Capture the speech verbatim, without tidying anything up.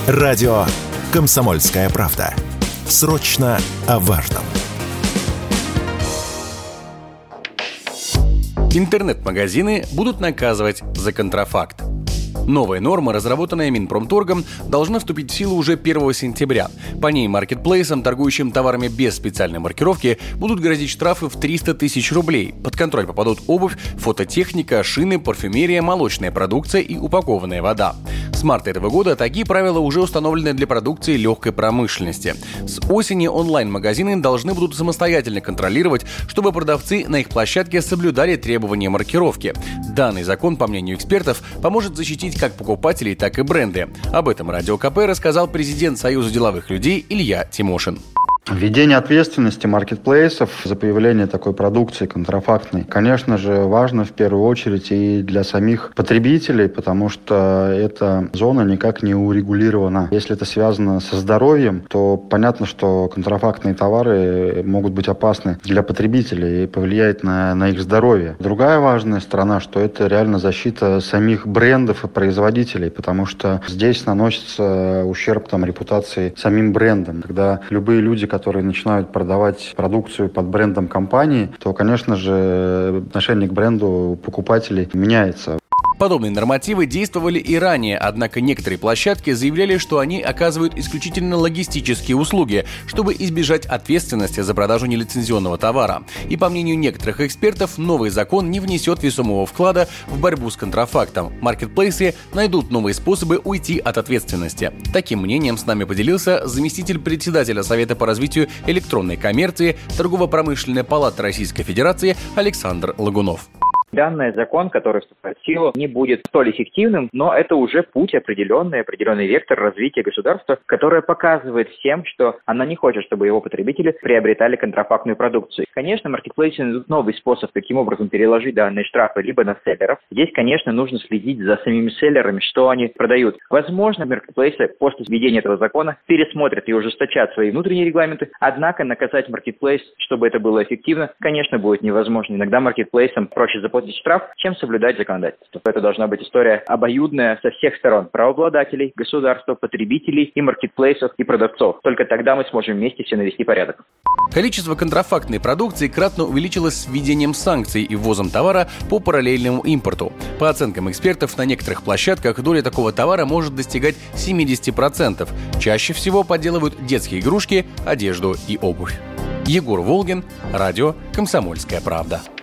Радио «Комсомольская правда». Срочно о важном. Интернет-магазины будут наказывать за контрафакт. Новая норма, разработанная Минпромторгом, должна вступить в силу уже первого сентября. По ней маркетплейсам, торгующим товарами без специальной маркировки, будут грозить штрафы в триста тысяч рублей. Под контроль попадут обувь, фототехника, шины, парфюмерия, молочная продукция и упакованная вода. С марта этого года такие правила уже установлены для продукции легкой промышленности. С осени онлайн-магазины должны будут самостоятельно контролировать, чтобы продавцы на их площадке соблюдали требования маркировки. Данный закон, по мнению экспертов, поможет защитить как покупателей, так и бренды. Об этом Радио КП рассказал президент Союза деловых людей Илья Тимошин. Введение ответственности маркетплейсов за появление такой продукции контрафактной, конечно же, важно в первую очередь и для самих потребителей, потому что эта зона никак не урегулирована. Если это связано со здоровьем, то понятно, что контрафактные товары могут быть опасны для потребителей и повлиять на, на их здоровье. Другая важная сторона, что это реально защита самих брендов и производителей, потому что здесь наносится ущерб там, репутации самим брендам. Когда любые люди, которые начинают продавать продукцию под брендом компании, то, конечно же, отношение к бренду у покупателей меняется. Подобные нормативы действовали и ранее, однако некоторые площадки заявляли, что они оказывают исключительно логистические услуги, чтобы избежать ответственности за продажу нелицензионного товара. И по мнению некоторых экспертов, новый закон не внесет весомого вклада в борьбу с контрафактом. Маркетплейсы найдут новые способы уйти от ответственности. Таким мнением с нами поделился заместитель председателя Совета по развитию электронной коммерции Торгово-промышленной палаты Российской Федерации Александр Лагунов. Данный закон, который вступает в силу, не будет столь эффективным, но это уже путь определенный, определенный вектор развития государства, которое показывает всем, что она не хочет, чтобы его потребители приобретали контрафактную продукцию. Конечно, маркетплейсы найдут новый способ, каким образом переложить данные штрафы либо на селлеров. Здесь, конечно, нужно следить за самими селлерами, что они продают. Возможно, маркетплейсы после введения этого закона пересмотрят и ужесточат свои внутренние регламенты, однако наказать маркетплейс, чтобы это было эффективно, конечно, будет невозможно. Иногда маркетплейсам проще заплатить штраф, чем соблюдать законодательство. Это должна быть история обоюдная со всех сторон: правообладателей, государства, потребителей и маркетплейсов и продавцов. Только тогда мы сможем вместе все навести порядок. Количество контрафактной продукции кратно увеличилось с введением санкций и ввозом товара по параллельному импорту. По оценкам экспертов, на некоторых площадках доля такого товара может достигать семьдесят процентов. Чаще всего подделывают детские игрушки, одежду и обувь. Егор Волгин, радио «Комсомольская правда».